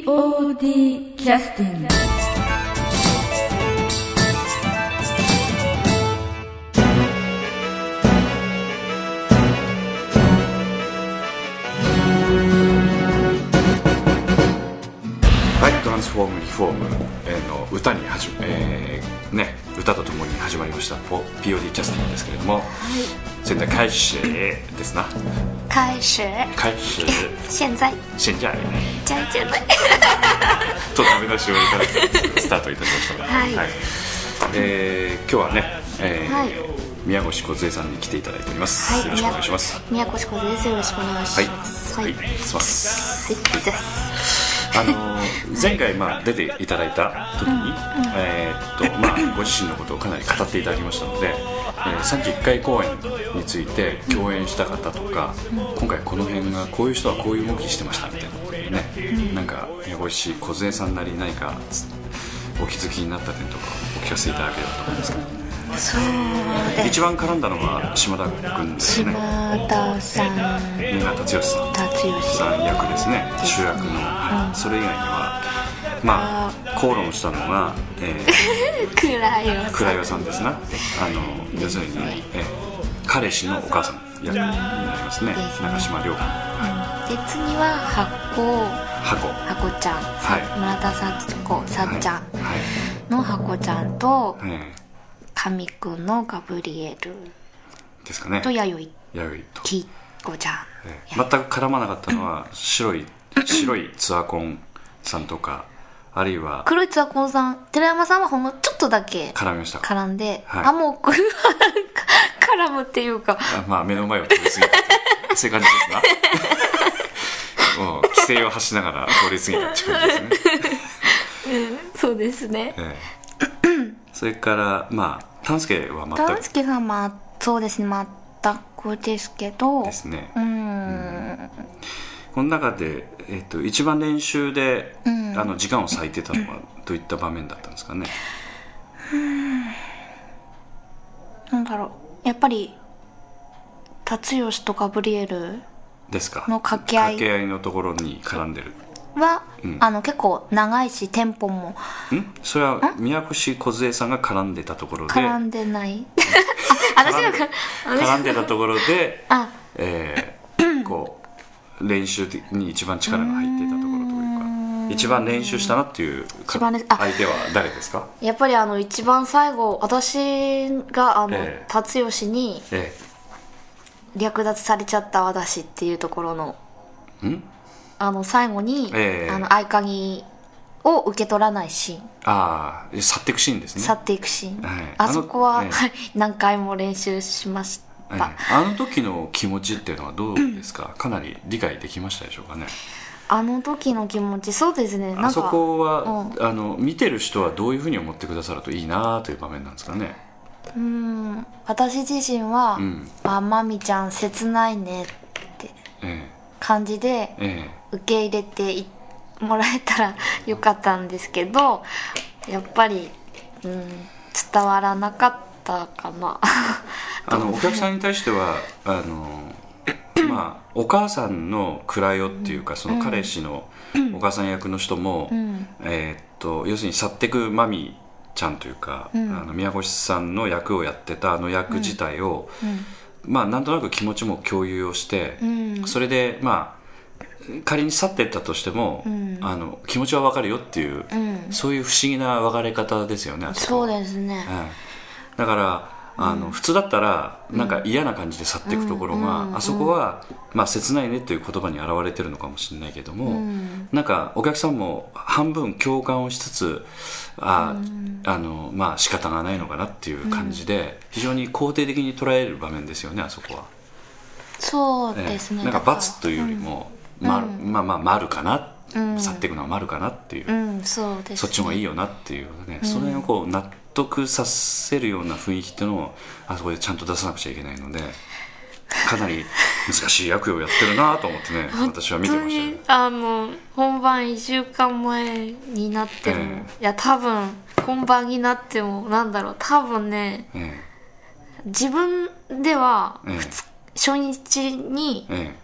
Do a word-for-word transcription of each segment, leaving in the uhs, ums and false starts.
オーディー キャスティング。 はい、トランスフォームリフォームの歌に始め、えー、ね、歌とともに始まりました ピーオーディー キャスティングですけれども、はい、現在開始ですな。 開始開始現在現在じゃあ現在とダメ出しをいただきスタートいたしました。 はい、はい、 えー、今日はね、えーはい、宮越梢さんに来ていただいております、はい、よろしくお願いします。 宮越梢です。よろしくお願いします。 はい、はい、はい、します。 はい、です。 あの前回まあ出ていただいた時に、うんうん、えーっとまあ、ご自身のことをかなり語っていただきましたので、えー、さんじゅういっかい公演について共演した方とか、うん、今回この辺がこういう人はこういう動きしてましたみたいなことでね、うん、なんか宮越梢さんなり何かお気づきになった点とかお聞かせいただければと思うんですけど。 そうです。 一番絡んだのは島田君ですね。 島田さん、 三浦達義さんさん役ですね、主役の、はい、それ以外にはまあ口論したのが、えー、 倉岩さん倉岩さんですな。あの要するに、えー、彼氏のお母さん役になりますね、中島涼子、 はい、で次は箱箱箱ちゃん、はい、村田幸子さっちゃんの箱ちゃんと、はいはい、神くんのガブリエルですかね、 と弥生弥生ときっこちゃん、 えー、全く絡まなかったのは白い白いツアコンさんとか、あるいは黒いツアコンさん、寺山さんはほんのちょっとだけ絡みました。 絡んで、はい、あもうこれは絡むっていうか、 あ、まあ目の前を通り過ぎたそういう感じですな。もう規制を発しながら通り過ぎたって感じですね。 うん、そうですね。えー、それからまあ丹助は全く丹助さんはそうですね、全くですけどですね。 うん、うん、 この中で、えー、と一番練習で、うん、あの時間を割いてたのはどういった場面だったんですかね。 うん、なんだろう、やっぱり辰吉とガブリエルですかの掛け合い掛け合いのところに絡んでるは、うん、あの結構長いしテンポもんそれは宮越梢さんが絡んでたところで絡んでないあ私が絡んでたところであ、えー、こう練習に一番力が入っていたところというか、一番練習したなっていう相手は誰ですか。 やっぱりあの一番最後私があの、えー、辰吉に略奪されちゃった私っていうところのんあの最後に、えー、あの合鍵を受け取らないシーン、 ああ去っていくシーンですね。 去っていくシーン、はい、あそこは、えー、何回も練習しました、えー、 あの時の気持ちっていうのはどうですか、うん、かなり理解できましたでしょうかね。 あの時の気持ち、そうですね、なんかあそこは、うん、あの見てる人はどういうふうに思ってくださるといいなという場面なんですかね。 うーん、私自身は、うん、あ、まみちゃん切ないねって感じで、ええ受け入れてもらえたらよかったんですけど、やっぱり、うん、伝わらなかったかな。 あのお客さんに対してはあのまあお母さんの蔵代っていうか、その彼氏のお母さん役の人も、うん、えー、っと要するに去ってくまみちゃんというか、うん、あの宮越さんの役をやってたあの役自体を、うんうん、まあなんとなく気持ちも共有をして、うん、それでまあ仮に去っていったとしても、うん、あの気持ちは分かるよっていう、うん、そういう不思議な別れ方ですよね。 そうですね、 うん、だからあの、うん、普通だったらなんか嫌な感じで去っていくところが、うん、あそこは、まあ、切ないねという言葉に表れてるのかもしれないけども、うん、なんかお客さんも半分共感をしつつ、あ、うん、あのまあ仕方がないのかなっていう感じで、非常に肯定的に捉える場面ですよね、あそこは。 そうですね、 えー、なんか罰というよりも、まあ、まあまあ丸かな、うん、去っていくのは丸かなっていう、 うん、そうですね、 そっちの方がいいよなっていうね、うん、それをこう納得させるような雰囲気っていうのをあそこでちゃんと出さなくちゃいけないので、かなり難しい役をやってるなと思ってね私は見てましたね。 あの本番いっしゅうかんまえになっても、えー、いや多分本番になってもなんだろう、多分ね、えー、自分では、えー、初日に、えー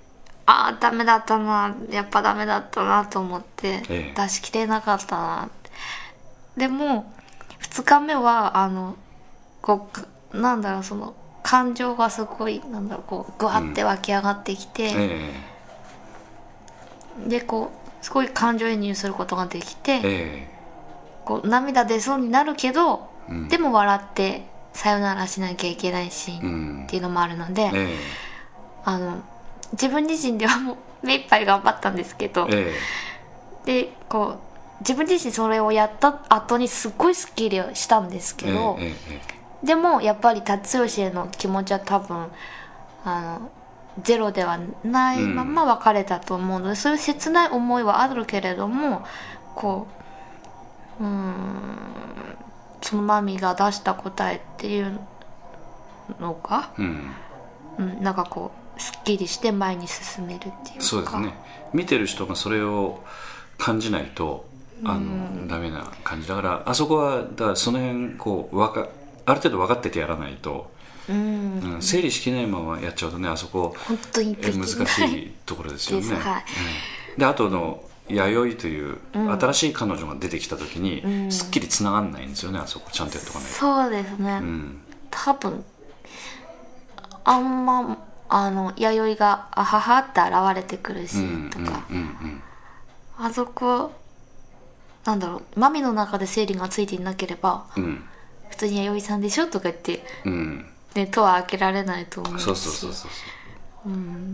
ああダメだったな、やっぱダメだったなと思って、 ええ、 出し切れなかったなって。でもふつかめはあのこうなんだろう、その感情がすごいなんだろう、こうグワって湧き上がってきて、うん、ええ、でこうすごい感情移入することができて、ええ、こう涙出そうになるけど、うん、でも笑ってさよならしなきゃいけないシーンっていうのもあるので、うん、ええ、あの自分自身ではもう目いっぱい頑張ったんですけど、ええ、でこう自分自身それをやった後にすっごいスッキリしたんですけど、ええええ、でもやっぱり達吉への気持ちは多分あのゼロではないまま別れたと思うので、うん、そういう切ない思いはあるけれども、こううーんそのマミが出した答えっていうのが、うんうん、なんかこうすっきりして前に進めるっていうか。 そうですね、見てる人がそれを感じないとあの、うん、ダメな感じだから、あそこはだからその辺こうわかある程度分かっててやらないと、うんうん、整理しきないままやっちゃうとね、あそこ本当に難しいところですよね。 はい、 うん、であとの弥生という新しい彼女が出てきた時に、うん、すっきりつながんないんですよね、あそこちゃんとやっとかないと。 そうですね、うん、多分あんまあの弥生があははって現れてくるシーンとか、うんうんうんうん、あそこなんだろう、マミの中で整理がついていなければ、うん、普通に弥生さんでしょとか言って、うん、ね、戸は開けられないと思うし。 そうそうそうそう、うん、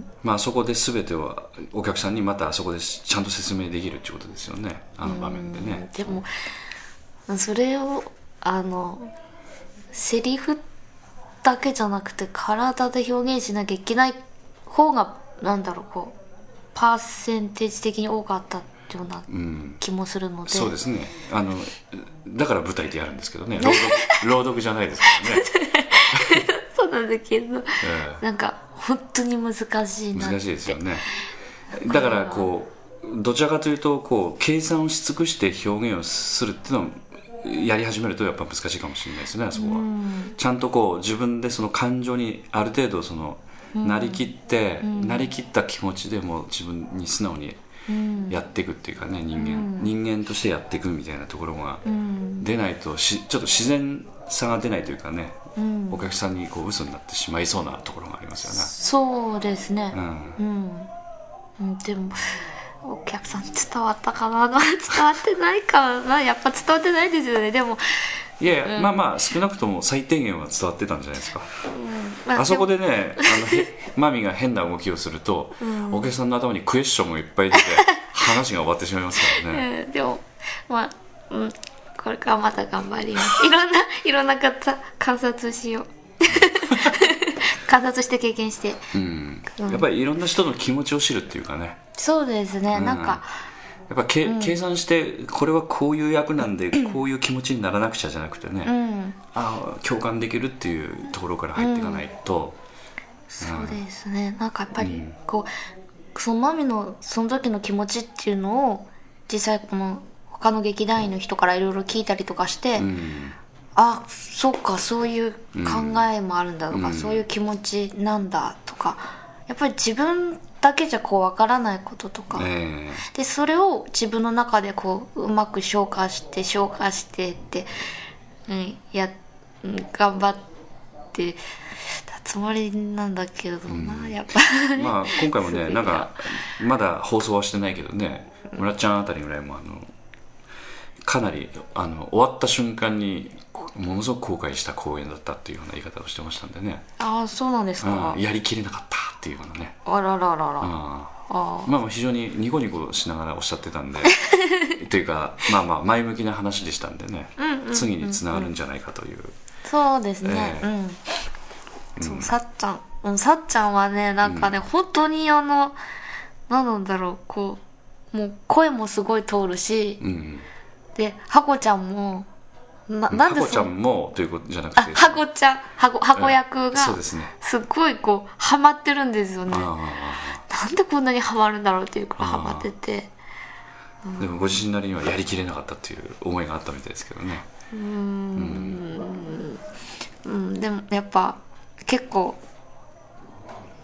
まあそこで全てはお客さんにまたあそこでちゃんと説明できるっていうことですよね、あの場面でね。 でもそれをあのセリフだけじゃなくて体で表現しなきゃいけない方がなんだろう、こうパーセンテージ的に多かったような気もするので、うん、 そうですね、あのだから舞台でやるんですけどね、朗読、朗読じゃないですからねそうなんだけど、えー、なんか本当に難しいなって。 難しいですよね。だからこうどちらかというとこう計算をし尽くして表現をするっていうのをやり始めるとやっぱ難しいかもしれないですね、あそこは。うん、ちゃんとこう自分でその感情にある程度そのなりきって、うん、なりきった気持ちでも自分に素直にやっていくっていうかね、人間、うん、人間としてやっていくみたいなところが出ないとしちょっと自然さが出ないというかね、うん、お客さんにこう嘘になってしまいそうなところがありますよね。 そうですね、うんうん、でもお客さん伝わったかな伝わってないかな、やっぱ伝わってないですよね。でもいやいや、うん、まあまあ少なくとも最低限は伝わってたんじゃないですか、うん、まあ、あそこでねあのマミが変な動きをすると、うん、お客さんの頭にクエスチョンがいっぱい出て話が終わってしまいますからね、 うん、でもまあ、うん、これからまた頑張りますいろんないろんな方観察しよう観察して経験して、 うんうん、やっぱりいろんな人の気持ちを知るっていうかね。 そうですね、うん、なんかやっぱけ、うん、計算してこれはこういう役なんでこういう気持ちにならなくちゃじゃなくてね、うん、あ共感できるっていうところから入っていかないと、 うんうん、そうですね、なんかやっぱりこう、そのマミのその時の気持ちっていうのを実際この他の劇団員の人からいろいろ聞いたりとかして、うん、あそっかそういう考えもあるんだとか、うん、そういう気持ちなんだとか、やっぱり自分だけじゃこう分からないこととか、えー、でそれを自分の中でこううまく消化して消化してって、うん、や頑張ってたつもりなんだけどな、うん、やっぱまあ今回もねなんかまだ放送はしてないけどね、村ちゃんあたりぐらいもあのかなりあの終わった瞬間にものすごく後悔した公演だったっていうような言い方をしてましたんでね。 ああそうなんですか、 うん、やりきれなかったっていうようなね。 あらららら、 ああまあ非常にニコニコしながらおっしゃってたんでというかまあまあ前向きな話でしたんでね、うんうんうんうん、次につながるんじゃないかという。 そうですね、えー、うん、そう、さっちゃん、うん、さっちゃんはねなんかね、うん、本当にあの何なんだろう、こうもう声もすごい通るし、うん、でハコちゃんもななんでハコちゃんもということじゃなくて、 ハコちゃんハコ、ハコ役がすごいこうハマってるんですよね。なんでこんなにハマるんだろうっていうくらいハマってて、 うん、でもご自身なりにはやりきれなかったっていう思いがあったみたいですけどね。うーん、 うん、でもやっぱ結構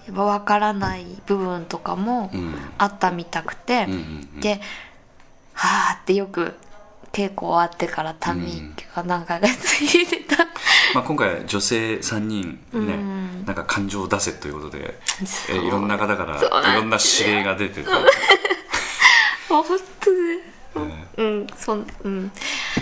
やっぱ分からない部分とかもあったみたくて、 うんうんうん、 ではーってよく稽古終わってからため息が何回かついてた、 まあ、今回女性さんにんね、うん、なんか感情を出せということで、えいろんな方からいろんな指令が出てた本当ね、うん、うん、そん、うん、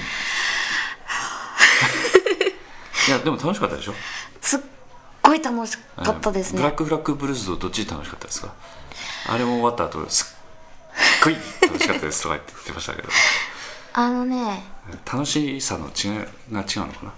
いやでも楽しかったでしょ。 すっごい楽しかったですね。 ブラックフラッグブルースとどっち楽しかったですか。あれも終わった後すっごい楽しかったですとか言ってましたけどあのね、 楽しさの違いが違うのかな。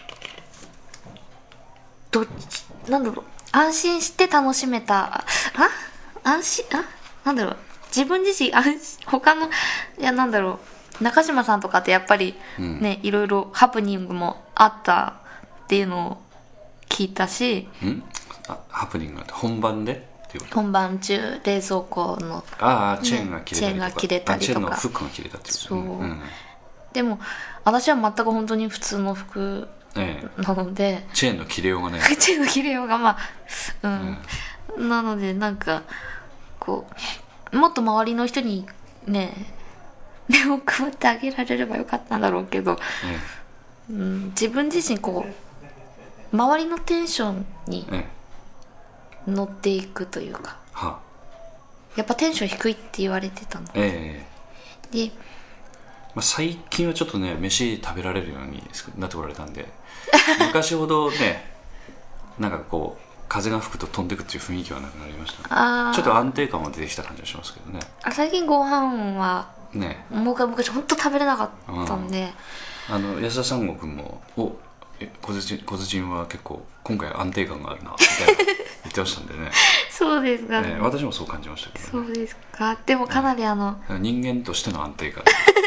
どっちなんだろう、安心して楽しめた、あ安心あなんだろう、自分自身安心、他のいやなんだろう、中島さんとかってやっぱりね、うん、いろいろハプニングもあったっていうのを聞いたし、 んあハプニングが本番で本番中冷蔵庫のああチェーンが切れたりとか、ね、チェーンが切れたりとかチェーンのフックが切れたっていうそう、うん、でも私は全く本当に普通の服なので、ええ、 チェーンの切れようがないチェーンの切れようがまあうん、うん、なのでなんかこうもっと周りの人にね目を配ってあげられればよかったんだろうけど、ええ、うん、自分自身こう周りのテンションに、ええ乗っていくというか、はあ、やっぱテンション低いって言われてたので、ええ、で、まあ、最近はちょっとね飯食べられるようになっておられたんで昔ほどねなんかこう風が吹くと飛んでくっていう雰囲気はなくなりました、ね、あちょっと安定感も出てきた感じがしますけどね。 あ最近ご飯はねもう昔本当食べれなかったんで、 うん、あの安田三悟君もお小槌は結構今回安定感があるなみたいな言ってましたんでねそうですか、 ね、私もそう感じましたけど、 ね、そうですか。でもかなりあの、 うん、人間としての安定感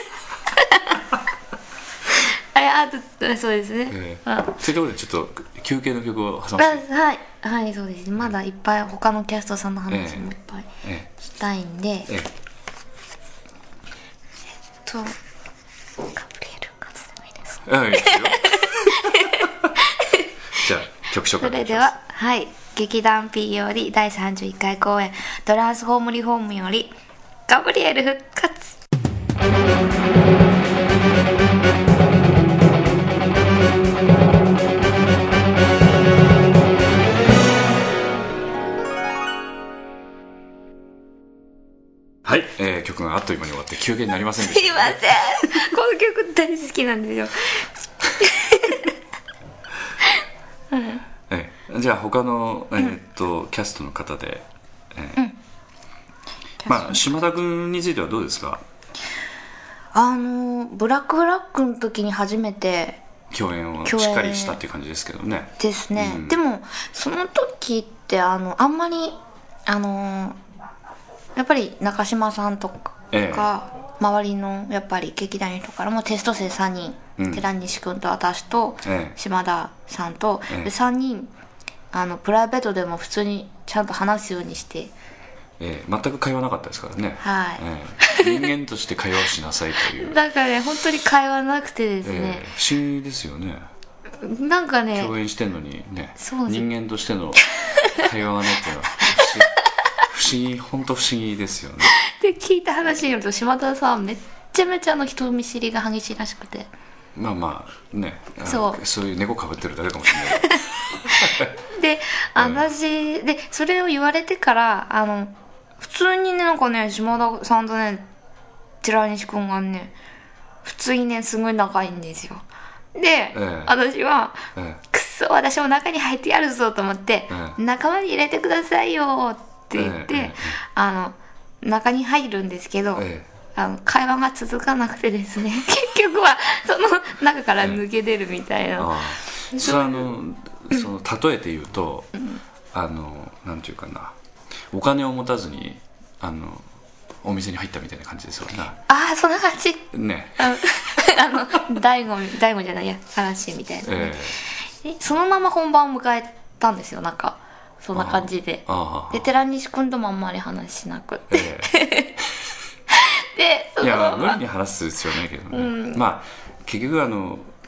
あれあそうですね、 えー、というところでちょっと休憩の曲を挟ませてはいはいそうですね、まだいっぱい他のキャストさんの話もいっぱいしたいんで、えーえー、えっとガブリエルカツでもいいですか。いいですよじゃあ曲紹介それでははい劇団 P よりだいさんじゅういっかい公演トランスフォームリフォームよりガブリエル復活。 はい、えー、曲があっという間に終わって休憩になりませんでした、ね、 すいませんこの曲大好きなんですようんええ、じゃあ他の、えー、っと、うん、キャストの方で、えーうんまあ、島田君についてはどうですか。 あのブラックフラッグの時に初めて共演をしっかりしたっていう感じですけどね。 ですね、うん、でもその時ってあのあんまりあのやっぱり中島さんとか、ええ、周りのやっぱり劇団員とかからもテスト生さんにん、うん、寺西君と私と島田さんと、ええ、でさんにんあのプライベートでも普通にちゃんと話すようにして、 ええ、全く会話なかったですからね、 はいええ、人間として会話をしなさいというだからね本当に会話なくてですね、 ええ、不思議ですよね。 なんかね共演してんのにね人間としての会話がないっていうのは不思議本当不思議ですよね。 で聞いた話によると島田さんめっちゃめちゃの人見知りが激しいらしくて、 まあまあねそうそういう猫かぶってるだけかもしれないで私、うん、でそれを言われてからあの普通にねなんかね島田さんとね寺西くんがね普通にねすごい仲いいんですよ。で、ええ、私は、ええ、くそ私も中に入ってやるぞと思って、え、仲間に入れてくださいよって言って、え、あの中に入るんですけど、あの会話が続かなくてですね結局はその中から抜け出るみたいな、 あそれはあのその例えて言うと、うん、あのなんていうかなお金を持たずにあのお店に入ったみたいな感じですよね。ああそんな感じねあの大悟大悟じゃないや話みたいな、ねえー、そのまま本番を迎えたんですよ。なんかそんな感じでで寺西君ともあんまり話しなくて、えー、でそのいや無理に話す必要ないけどね、うん、まあ結局あの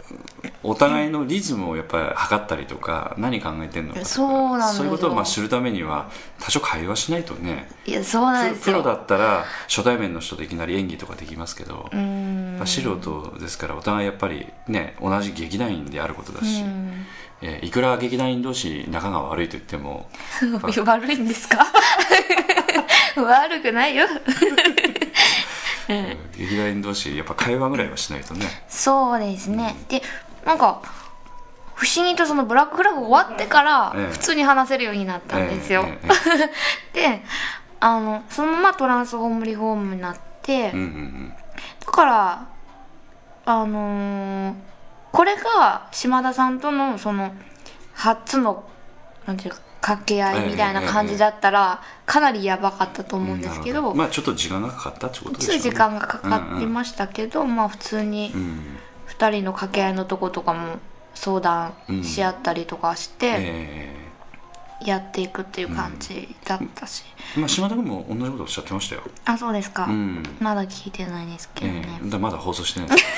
お互いのリズムをやっぱり測ったりとか、何考えてんのかとか、 そうなんですよ。 そういうことをまあ知るためには多少会話しないとね。 いや、そうなんですよ。 プロだったら初対面の人といきなり演技とかできますけど、うーん、素人ですからお互いやっぱりね、同じ劇団員であることだし、えー、いくら劇団員同士仲が悪いと言っても悪いんですか？悪くないよ。 うん、劇団員同士やっぱ会話ぐらいはしないとね。そうですね、 うん、でなんか不思議とそのブラックフラグ終わってから普通に話せるようになったんですよ、ええええ、であのそのままトランスフォームリフォームになって、うんうんうん、だからあのー、これが島田さんとのその初のなんていうか掛け合いみたいな感じだったらかなりやばかったと思うんですけど、 どまあちょっと時間がかかったってことでしょうね。 つい時間がかかりましたけど、うんうん、まあ普通にふたりの掛け合いのとことかも相談し合ったりとかしてやっていくっていう感じだったし、 うん、まあ、島田君も同じことおっしゃってましたよ。 あ、そうですか、うん、まだ聞いてないですけどね、 えー、だまだ放送してないです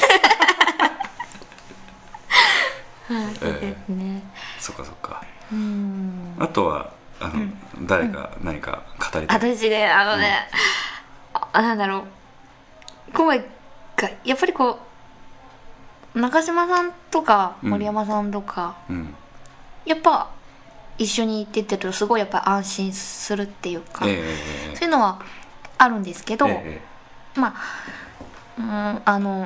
はい、そうですね、 えー、そっかそっか。 うん、 あとはあの、うん、誰か何か語りたい、 うん、私ね、あのね、うん、あ、なんだろう、今回がやっぱりこう中島さんとか森山さんとか、うん、やっぱ一緒に行っててるとすごいやっぱ安心するっていうか、えー、そういうのはあるんですけど、えー、まあ、うん、あの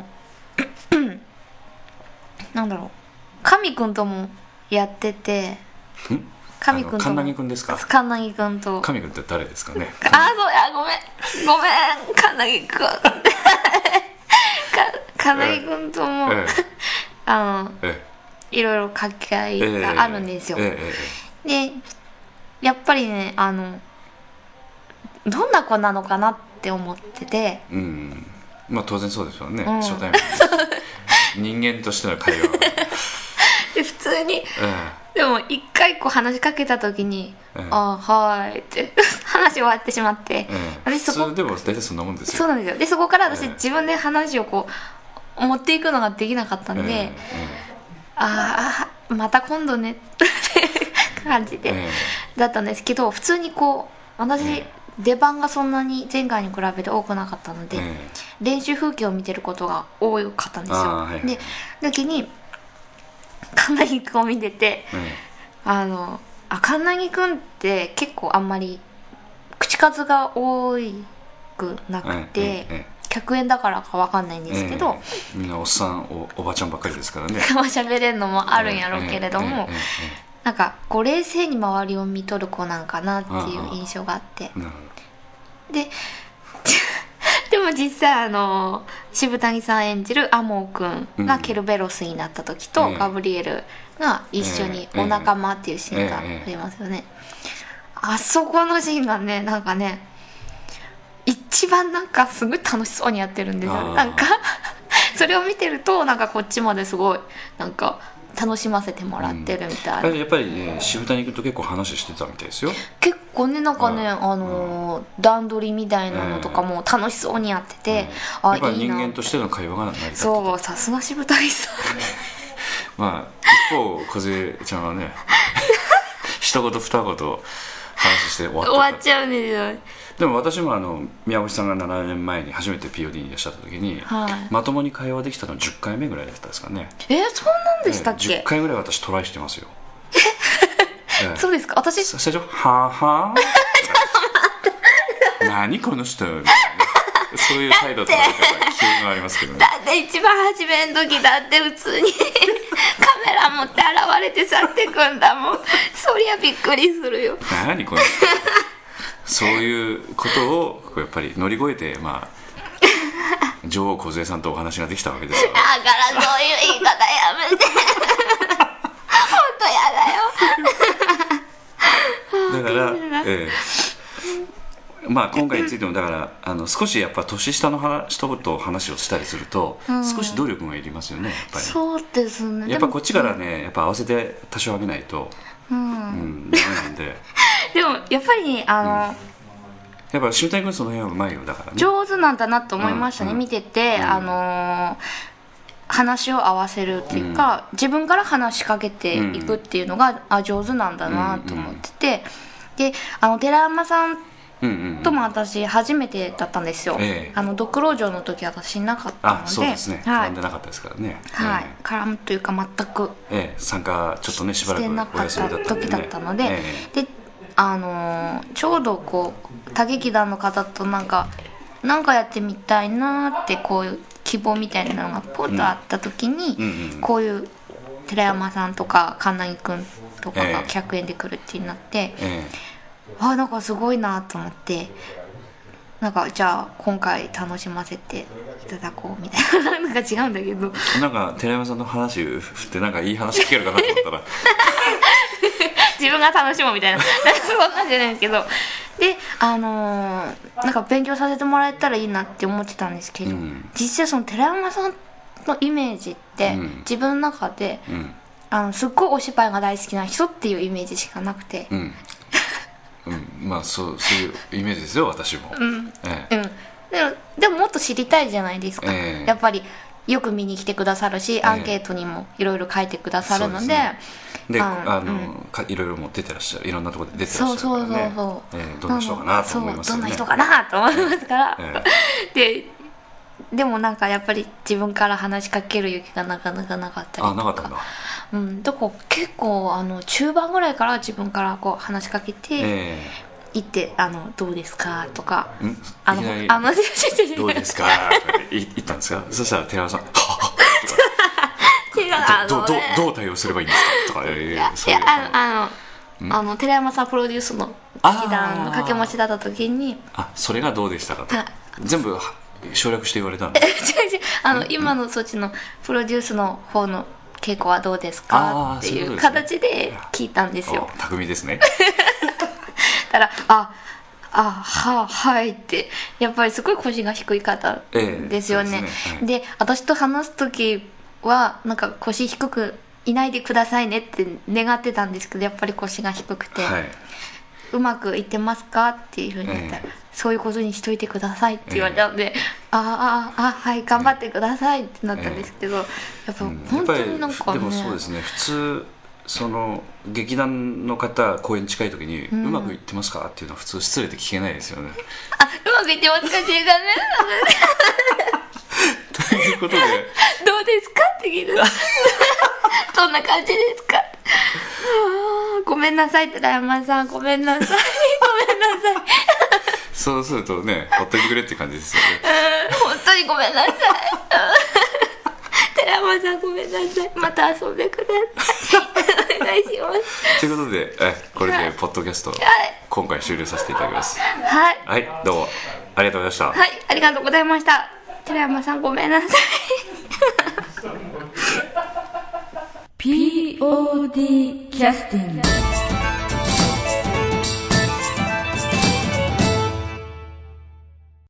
なんだろう、神くんともやってて、神くんとも、 神奈木くんですか？ 神奈木くんと。 神くんって誰ですかね？ あ、そうや、ごめんごめん、神奈木くん神奈木くんとも、ええ、あの、ええ、いろいろ掛け合いがあるんですよ、ええ、でやっぱりね、あのどんな子なのかなって思ってて、 うん、まあ当然そうですよね、うん、初対面人間としての会話で普通に、ええ、でも一回こう話しかけた時に、ええ、あ、はーいって話終わってしまって、ええ、私そこ普通でも大体そんなもんですよ。 そうなんですよ。でそこから私、ええ、自分で話をこう持っていくのができなかったんで、ええ、ああまた今度ねって感じで、ええ、だったんですけど、普通にこう私、ええ、出番がそんなに前回に比べて多くなかったので、ええ、練習風景を見てることが多かったんですよ、はいはい、で時に神奈木くんを見てて、うん、あのあ神奈木くんって結構あんまり口数が多くなくて、うんうんうん、客演だからかわかんないんですけど、 えー、みんなおっさん お, おばちゃんばっかりですからね喋れるのもあるんやろうけれども、えーえーえー、なんかこう冷静に周りを見とる子なんかなっていう印象があって、ででも実際あの渋谷さん演じるアモー君がケルベロスになった時と、うん、ガブリエルが一緒にお仲間っていうシーンがありますよね、えーえー、あそこのシーンがね、なんかね一番なんかすごい楽しそうにやってるんですよ。なんかそれを見てるとなんかこっちまですごいなんか楽しませてもらってるみたいな、 うん、やっぱり、ね、渋谷君と結構話してたみたいですよ。 結構ね、なんかね、あ、あのーうん、段取りみたいなのとかも楽しそうにやってて、えー、あ、やっぱり人間としての会話が成り立ってた。 そう、さすが渋谷さんまあ一方梢ちゃんはね一言二言話して終わっ終わっちゃうんですよ。 でも私もあの宮越さんがななねんまえに初めて ピーオーディー にいらっしゃった時に、はい、まともに会話できたのじゅっかいめぐらいだったんですかね。 えー、そんなんでしたっけ？ じゅっかいぐらい私トライしてますよえー、そうですか。私最初はぁはぁ何この人みたいなそういう態度とか記憶がありますけどね。 だって一番初めの時だって普通にカメラ持って現れて去ってくんだもんそりゃびっくりするよ。 何この人そういうことをやっぱり乗り越えて、まあ、女王梢さんとお話ができたわけですよ。 だからそういう言い方やめて本当やだよだから、ええ、まあ今回についてもだからあの少しやっぱ年下の人と話をしたりすると、うん、少し努力がいりますよね、やっぱり。 そうですね。 やっぱこっちからねやっぱ合わせて多少上げないと、うんうん、ダメなんででもやっぱりあの、うん、 やっぱ渋谷君その辺はうまいよ。だからね上手なんだなと思いましたね、うん、見てて、うん、あの話を合わせるっていうか、うん、自分から話しかけていくっていうのが、うん、あ上手なんだなと思ってて、であの寺山さんとも私初めてだったんですよ、えー、あのドクロ城の時私いなかったので、 あそうですね、はい、絡んでなかったですからね、 はい、 えー、絡むというか全く、 えー、参加ちょっとねしばらくお休みだったんで、ね、 時だったので、 えー、であのー、ちょうどこう他劇団の方となんかなんかやってみたいなってこういう希望みたいなのがポンとあった時に、うんうんうん、こういう寺山さんとか神奈木くんとかがひゃくえんで来るってなって、えー、あなんかすごいなと思って、なんかじゃあ今回楽しませていただこうみたいななんか違うんだけど、 なんか寺山さんの話振ってなんかいい話聞けるかなと思ったら自分が楽しむみたいなそんなんじゃないんですけど、であのー、なんか勉強させてもらえたらいいなって思ってたんですけど、うん、実際その寺山さんのイメージって、うん、自分の中で、うん、あのすっごいお芝居が大好きな人っていうイメージしかなくて、 うんうん、まあそうそういうイメージですよ私も、 うんええうん、でもでももっと知りたいじゃないですか、えー、やっぱりよく見に来てくださるし、アンケートにもいろいろ書いてくださるので、えー、であの、うん、かいろいろも出てらっしゃる、いろんなところで出てらっしゃるからね、 そうそうそうそう、 えー、どんな人かなと思いますよね、 どんな人かなと思いますから、えー、ででもなんかやっぱり自分から話しかける勇気がなかなかなかったりとか、 あなかったんだ、 うん、だから結構あの中盤ぐらいから自分からこう話しかけて、えー行ってあのどうですかとか、 あのあのどうですかって言ったんですか。そしたら寺山さんどうどうどう対応すればいいんですかとか、 いやいやあのあの寺山さんプロデュースの劇団の掛け持ちだった時に、 あそれがどうでしたかと全部省略して言われたんで違う違うあの今のそっちのプロデュースの方の稽古はどうですかっていう形で聞いたんですよ。 巧みですね。 たらああははいってやっぱりすごい腰が低い方ですよね、ええ ですね、はい、で私と話す時はなんか腰低くいないでくださいねって願ってたんですけど、やっぱり腰が低くて、はい、うまくいってますかっていうふうに言ったら、ええ、そういうことにしといてくださいって言われたので、ええ、あああはい頑張ってくださいってなったんですけど、ええ、やっぱ本当になんかね、 でもそうですね、普通その劇団の方公演近い時に、うん、うまくいってますかっていうのは普通失礼で聞けないですよね。 あうまくいってますかっていうかねということでどうですかって聞いてどんな感じですかごめんなさい寺山さんごめんなさいごめんなさいそうするとねほっといてくれっていう感じですよね。 うん本当にごめんなさい寺山さんごめんなさいまた遊んでくださいお願いしますということでえこれでポッドキャスト、はい、今回終了させていただきます。 はい、 はい、どうもありがとうございました。 はいありがとうございました。寺山さんごめんなさいピーオーディー キャスティング